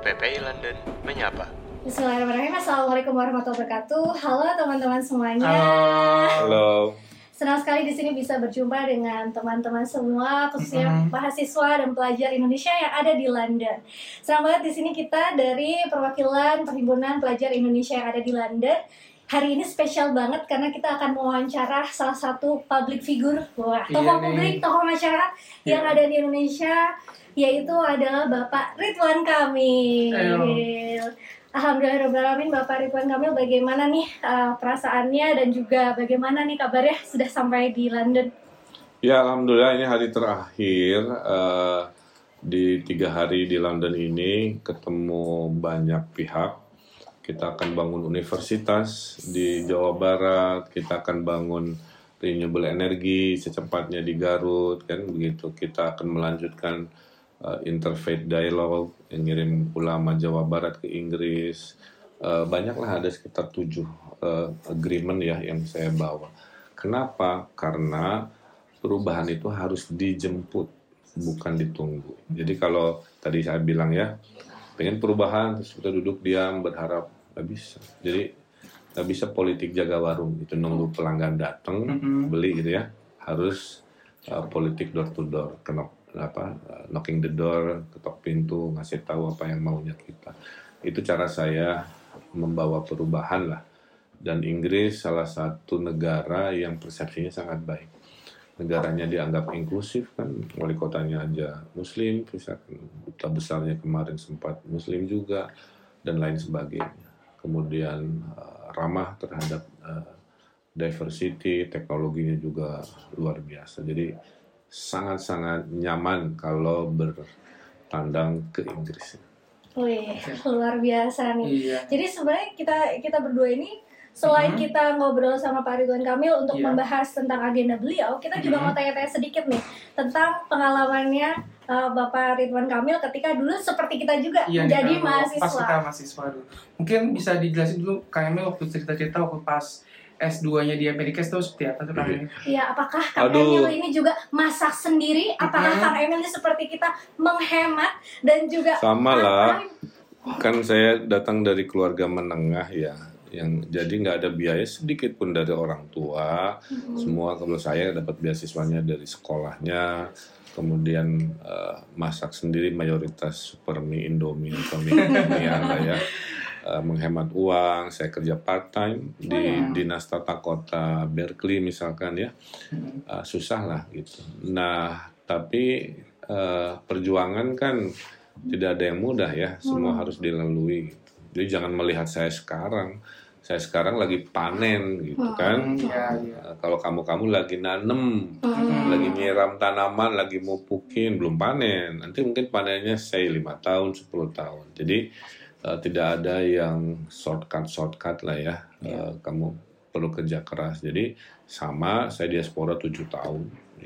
PPI London menyapa. Bismillahirrahmanirrahim. Assalamualaikum warahmatullahi wabarakatuh. Halo teman-teman semuanya. Halo. Senang sekali di sini bisa berjumpa dengan teman-teman semua, khususnya mahasiswa dan pelajar Indonesia yang ada di London. Senang banget di sini kita dari perwakilan Perhimpunan Pelajar Indonesia yang ada di London. Hari ini spesial banget karena kita akan mewawancara salah satu public figure, tokoh publik, tokoh masyarakat yang ada di Indonesia, yaitu adalah Bapak Ridwan Kamil. Alhamdulillahirrahmanirrahim. Bapak Ridwan Kamil, bagaimana nih perasaannya dan juga bagaimana nih kabarnya sudah sampai di London? Ya, alhamdulillah ini hari terakhir di 3 hari di London ini, ketemu banyak pihak. Kita akan bangun universitas di Jawa Barat, kita akan bangun renewable energy secepatnya di Garut, kan begitu. Kita akan melanjutkan interfaith dialogue yang ngirim ulama Jawa Barat ke Inggris. Banyaklah, ada sekitar 7 agreement ya yang saya bawa. Kenapa? Karena perubahan itu harus dijemput, bukan ditunggu. Jadi kalau tadi saya bilang ya, pengen perubahan terus kita duduk diam berharap, nggak bisa. Jadi nggak bisa politik jaga warung itu, nunggu pelanggan datang beli gitu ya. Harus politik door to door, knocking the door, ketok pintu, ngasih tahu apa yang maunya kita. Itu cara saya membawa perubahan lah. Dan Inggris salah satu negara yang persepsinya sangat baik. Negaranya dianggap inklusif kan, wali kotanya aja muslim, duta besarnya kemarin sempat muslim juga, dan lain sebagainya. Kemudian ramah terhadap diversity, teknologinya juga luar biasa. Jadi sangat-sangat nyaman kalau bertandang ke Inggris. Wih, luar biasa nih. Iya. Jadi sebenarnya kita berdua ini selain kita ngobrol sama Pak Ridwan Kamil untuk membahas tentang agenda beliau, kita juga mau tanya-tanya sedikit nih tentang pengalamannya Bapak Ridwan Kamil ketika dulu seperti kita juga menjadi mahasiswa. Pas kita mahasiswa dulu. Mungkin bisa dijelasin dulu Kang Emil waktu cerita-cerita waktu pas S2-nya di Amerika itu seperti apa tuh Kang Emil? Iya, apakah Kang Emil ini juga masak sendiri? Apakah Kang Emil ini seperti kita menghemat dan juga sama lah. Kan saya datang dari keluarga menengah ya, yang jadi nggak ada biaya sedikit pun dari orang tua. Semua kalau saya dapat beasiswanya dari sekolahnya, kemudian masak sendiri mayoritas super mie Indomie atau mie lah ya. Menghemat uang, saya kerja part time di Dinas Tata Kota Berkeley misalkan ya. Susah lah gitu. Nah, tapi perjuangan kan tidak ada yang mudah ya, semua harus dilalui gitu. Jadi jangan melihat saya sekarang lagi panen gitu kan. Kalau kamu lagi nanem, lagi nyiram tanaman, lagi mupukin, belum panen. Nanti mungkin panennya 5 tahun, 10 tahun. Jadi tidak ada yang shortcut lah ya. Kamu perlu kerja keras. Jadi sama, saya diaspora 7 tahun.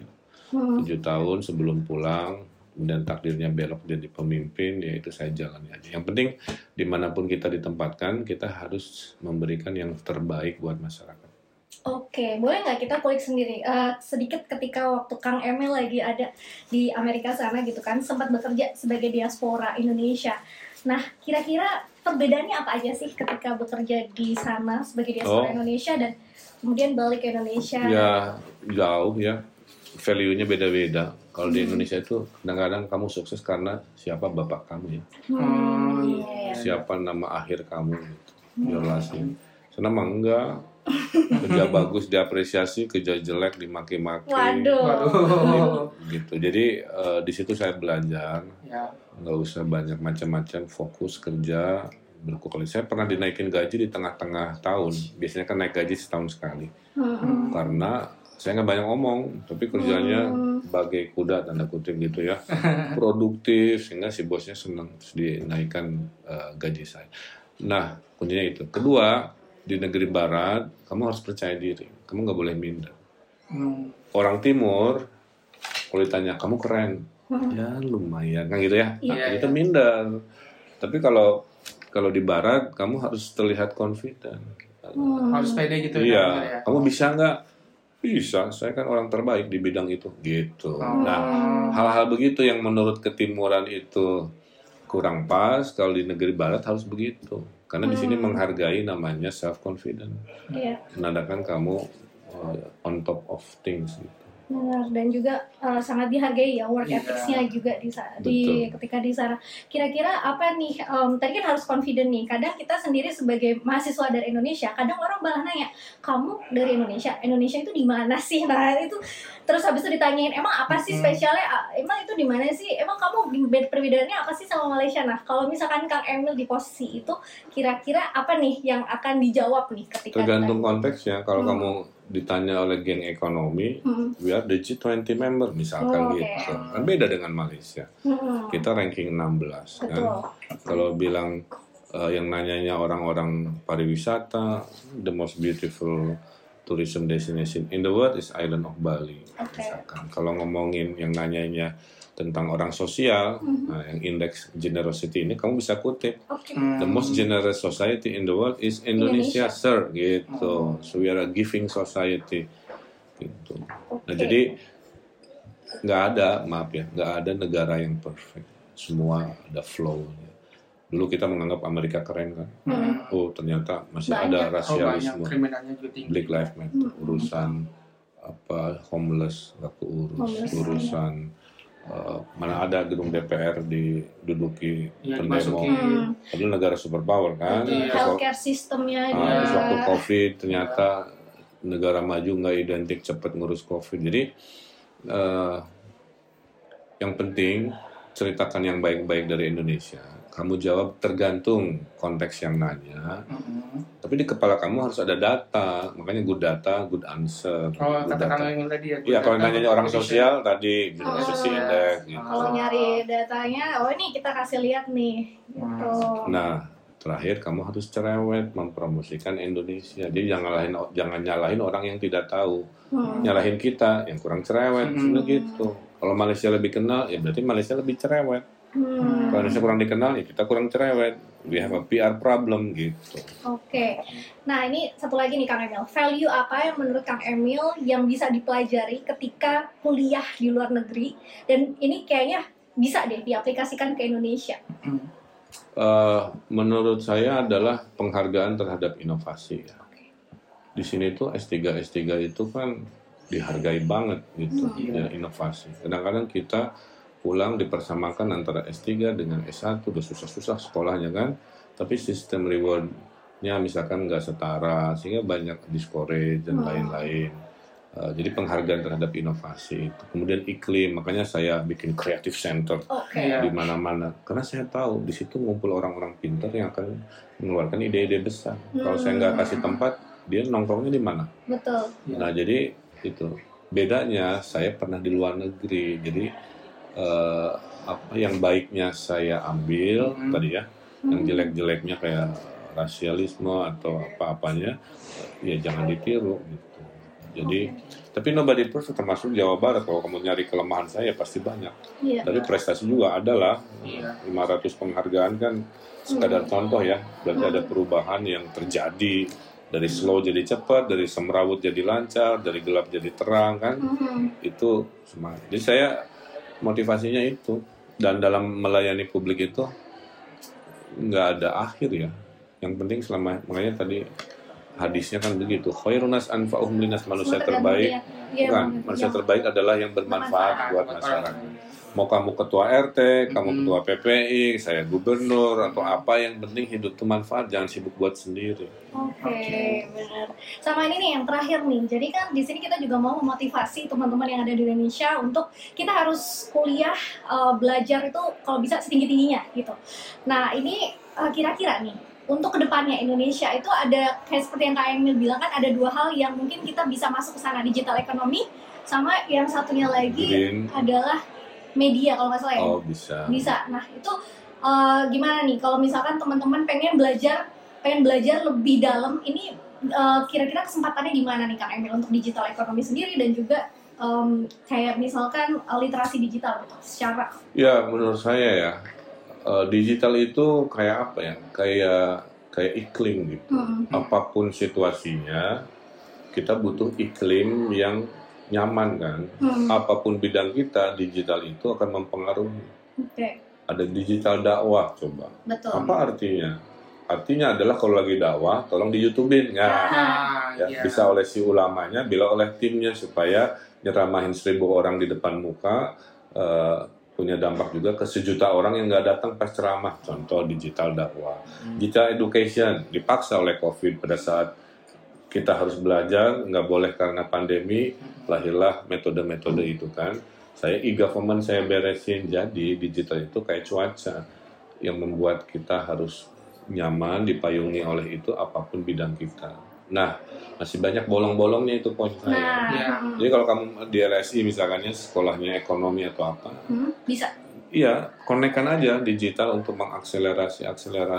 7 tahun sebelum pulang, dan takdirnya belok jadi pemimpin, yaitu saya jalani aja. Yang penting dimanapun kita ditempatkan, kita harus memberikan yang terbaik buat masyarakat. Oke, boleh nggak kita kulik sendiri sedikit ketika waktu Kang Emil lagi ada di Amerika sana gitu kan, sempat bekerja sebagai diaspora Indonesia. Nah, kira-kira perbedaannya apa aja sih ketika bekerja di sana sebagai diaspora Indonesia dan kemudian balik ke Indonesia? Ya, jauh ya. Value-nya beda-beda. Kalau di Indonesia itu kadang-kadang kamu sukses karena siapa bapak kamu ya. Siapa nama akhir kamu gitu. Your last name. Sana mah enggak. Kerja bagus diapresiasi, kerja jelek dimaki-maki. Waduh. Gitu. Jadi di situ saya belajar. Nggak usah banyak macam-macam, fokus kerja, berkualitas. Saya pernah dinaikin gaji di tengah-tengah tahun. Biasanya kan naik gaji setahun sekali. Karena saya nggak banyak ngomong, tapi kerjanya bagai kuda tanda kutip gitu ya, produktif sehingga si bosnya senang, terus dinaikkan gaji saya. Nah, kuncinya itu. Kedua, di negeri barat kamu harus percaya diri, kamu nggak boleh minder. Orang timur kalau ditanya kamu keren, ya lumayan kan gitu ya, itu minder. Tapi kalau di barat kamu harus terlihat confident, harus pede gitu ya. Kamu bisa nggak? Bisa, saya kan orang terbaik di bidang itu gitu. Nah, hal-hal begitu yang menurut ketimuran itu kurang pas. Kalau di negeri barat harus begitu. Karena di sini menghargai namanya self confident. Iya. Menandakan kamu on top of things gitu. Benar, dan juga sangat dihargai ya work Iya. ethics-nya juga Betul. ketika di sana. Kira-kira apa nih? Tadi kan harus confident nih. Kadang kita sendiri sebagai mahasiswa dari Indonesia, kadang orang malah nanya, kamu dari Indonesia, Indonesia itu di mana sih? Nah itu terus habis itu ditanyain, emang apa sih spesialnya? Emang itu di mana sih? Emang kamu perbedaannya apa sih sama Malaysia? Nah kalau misalkan Kang Emil di posisi itu, kira-kira apa nih yang akan dijawab nih ketika Tergantung konteksnya. Kalau kamu ditanya oleh geng ekonomi, we are the G20 member misalkan oke. gitu. Kan beda dengan Malaysia. Kita ranking 16 kan. Betul. Kalau bilang yang nanyanya orang-orang pariwisata, the most beautiful tourism destination in the world is island of Bali. Oke. Misalkan. Kalau ngomongin yang nanyanya tentang orang sosial, nah, yang indeks generosity ini kamu bisa kutip. Oke. The most generous society in the world is Indonesia, sir, gitu. So we are a giving society, gitu. Nah Oke. jadi nggak ada negara yang perfect. Semua ada flow. Dulu kita menganggap Amerika keren kan. Oh ternyata masih ada Banyak. rasialisme. Banyak kriminalnya juga tinggi. Black Lives Matter, urusan homeless nggak keurus, Homeless, urusan mana ada gedung DPR diduduki Iya, pendemo. dimasukin. Padahal negara superpower kan. Betul. Iya. Healthcare sistemnya juga. Terus waktu COVID ternyata negara maju nggak identik cepat ngurus COVID. Jadi yang penting ceritakan yang baik-baik dari Indonesia. Kamu jawab tergantung konteks yang nanya. Tapi di kepala kamu harus ada data. Makanya good data, good answer. Oh, good kata data. Kang Emil tadi ya. Iya, kalau nanyanya orang Indonesia. sosial tadi generosity index gitu. Kalau nyari datanya, oh ini kita kasih lihat nih, gitu. Nah, terakhir kamu harus cerewet mempromosikan Indonesia. Jadi jangan nyalahin orang yang tidak tahu. Nyalahin kita yang kurang cerewet, sudah gitu. Kalau Malaysia lebih kenal, ya berarti Malaysia lebih cerewet. Kalau Indonesia kurang dikenal, ya kita kurang cerewet. We have a PR problem gitu. Oke. Nah ini satu lagi nih Kang Emil. Value apa yang menurut Kang Emil yang bisa dipelajari ketika kuliah di luar negeri? Dan ini kayaknya bisa deh diaplikasikan ke Indonesia. Menurut saya adalah penghargaan terhadap inovasi. Ya. Di sini tuh S3 itu kan dihargai banget gitu, ya, inovasi. Kadang-kadang kita pulang dipersamakan antara S3 dengan S1, udah susah-susah sekolahnya kan, tapi sistem rewardnya misalkan nggak setara, sehingga banyak discourage dan lain-lain. Jadi penghargaan terhadap inovasi itu. Kemudian iklim, makanya saya bikin creative center Oke. di mana-mana. Karena saya tahu di situ ngumpul orang-orang pintar yang akan mengeluarkan ide-ide besar. Kalau saya nggak kasih tempat, dia nongkrongnya di mana? Betul. Nah jadi itu bedanya. Saya pernah di luar negeri, jadi apa yang baiknya saya ambil tadi ya, yang jelek-jeleknya kayak rasialisme atau apa-apanya ya jangan ditiru gitu. Jadi tapi nobody perfect, termasuk Jawa Barat. Kalau kamu nyari kelemahan saya pasti banyak. Iya. Tapi prestasi juga ada lah. 500 penghargaan kan sekadar contoh ya. Berarti ada perubahan yang terjadi. Dari slow jadi cepat, dari semrawut jadi lancar, dari gelap jadi terang kan. Itu semangat. Jadi saya motivasinya itu. Dan dalam melayani publik itu nggak ada akhir ya. Yang penting selama, makanya tadi hadisnya kan begitu, khairunas anfa'uhum linas, manusia terbaik. Bukan, manusia terbaik adalah yang bermanfaat buat masyarakat. Mau kamu ketua RT, kamu ketua PPI, saya gubernur atau apa, yang penting hidup itu manfaat, jangan sibuk buat sendiri. Oke, benar. Sama ini nih yang terakhir nih. Jadi kan di sini kita juga mau memotivasi teman-teman yang ada di Indonesia untuk kita harus kuliah, belajar itu kalau bisa setinggi-tingginya gitu. Nah, ini kira-kira nih untuk kedepannya Indonesia itu ada kayak seperti yang Kak Emil bilang kan, ada dua hal yang mungkin kita bisa masuk ke sana, digital ekonomi sama yang satunya lagi Green. adalah media kalau nggak salah ya. Oh bisa. Bisa. Nah itu gimana nih kalau misalkan teman-teman pengen belajar lebih dalam ini, kira-kira kesempatannya di mana nih Kak Emil untuk digital ekonomi sendiri dan juga kayak misalkan literasi digital gitu secara. Ya menurut saya ya, digital itu kayak apa ya? Kayak iklim gitu. Apapun situasinya, kita butuh iklim yang nyaman kan. Apapun bidang kita, digital itu akan mempengaruhi. Oke. ada digital dakwah coba. Betul. Apa artinya? Artinya adalah kalau lagi dakwah, tolong di YouTube-in ya. Ya, Iya. bisa oleh si ulamanya, bila oleh timnya supaya nyeramahin 1.000 orang di depan muka, punya dampak juga ke sejuta orang yang nggak datang pas ceramah. Contoh digital dakwah, digital education dipaksa oleh COVID pada saat kita harus belajar, nggak boleh karena pandemi, lahirlah metode-metode itu kan. Saya e-government saya beresin, jadi digital itu kayak cuaca yang membuat kita harus nyaman, dipayungi oleh itu apapun bidang kita. Nah, masih banyak bolong-bolongnya itu poin saya. Nah, Iya. Jadi kalau kamu di LSI misalkannya sekolahnya ekonomi atau apa, bisa. iya, konekkan aja digital untuk mengakselerasi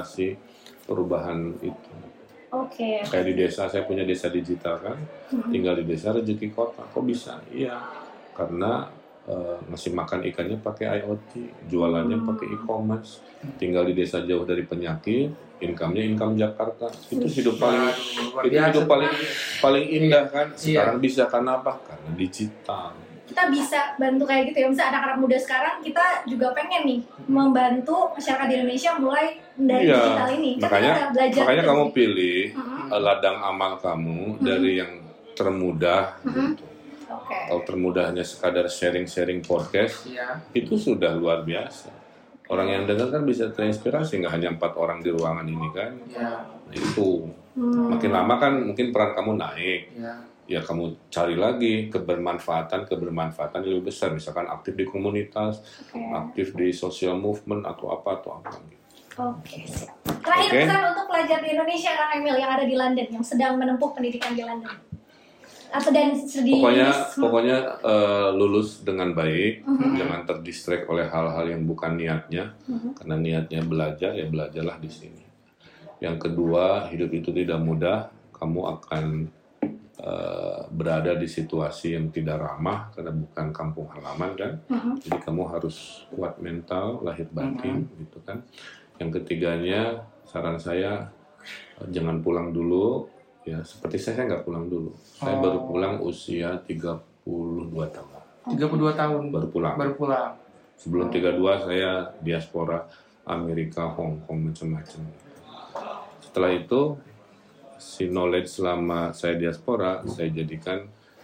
perubahan itu. Oke. Kayak di desa, saya punya desa digital kan, tinggal di desa rezeki kota. Kok bisa? Iya, karena ngasih makan ikannya pakai IoT, jualannya pakai e-commerce, tinggal di desa jauh dari penyakit, income-nya income Jakarta. Itu hidup paling Luar itu biasa. hidup paling indah kan. Sekarang bisa karena apa? Karena digital. Kita bisa bantu kayak gitu ya. Misalnya anak-anak muda sekarang kita juga pengen nih membantu masyarakat di Indonesia mulai dari Iya, digital ini. Kan kita udah belajar makanya gitu kamu sih. pilih ladang amal kamu dari yang termudah gitu. Oke. Kalau termudahnya sekadar sharing-sharing podcast, Iya. itu sudah luar biasa. Orang yang dengar kan bisa terinspirasi, nggak hanya 4 orang di ruangan ini kan. Iya. Nah, itu makin lama kan mungkin peran kamu naik. Iya. Ya kamu cari lagi kebermanfaatan yang lebih besar. Misalkan aktif di komunitas, aktif di social movement atau apa gitu. Oke. Terakhir Oke. pesan untuk pelajar di Indonesia Kang Emil yang ada di London, yang sedang menempuh pendidikan di London. Atau dan sedih. Pokoknya lulus dengan baik, jangan terdistract oleh hal-hal yang bukan niatnya, karena niatnya belajar, ya belajarlah di sini. Yang kedua, hidup itu tidak mudah, kamu akan berada di situasi yang tidak ramah karena bukan kampung halaman kan, jadi kamu harus kuat mental, lahir batin gitu kan. Yang ketiganya, saran saya jangan pulang dulu. Ya, seperti saya nggak pulang dulu. Saya baru pulang usia 32 tahun. 32 tahun. Baru pulang. Baru pulang. Sebelum 32 saya diaspora Amerika, Hong Kong, macam-macam. Setelah itu, si knowledge selama saya diaspora, saya jadikan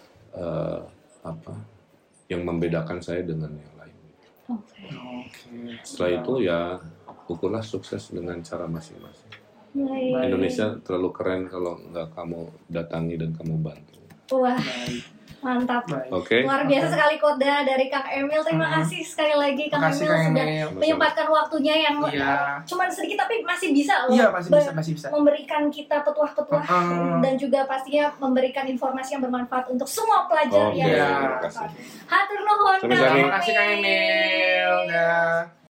yang membedakan saya dengan yang lain. Oke. Oke. Setelah itu ya, ukurlah sukses dengan cara masing-masing. Baik. Indonesia terlalu keren kalau nggak kamu datangi dan kamu bantu. Wah, Baik. mantap. Baik. Oke? Luar biasa sekali kode dari Kang Emil. Terima kasih sekali lagi Kang Makasih, Emil Kang sudah Emil. menyempatkan waktunya yang Iya. cuman sedikit tapi masih bisa loh. Iya, masih bisa. Memberikan kita petuah-petuah dan juga pastinya memberikan informasi yang bermanfaat untuk semua pelajar Oke, yang Iya. terima kasih. Hatur nuhun Sama-sama. Kang Terima kasih Kang Emil. Dah.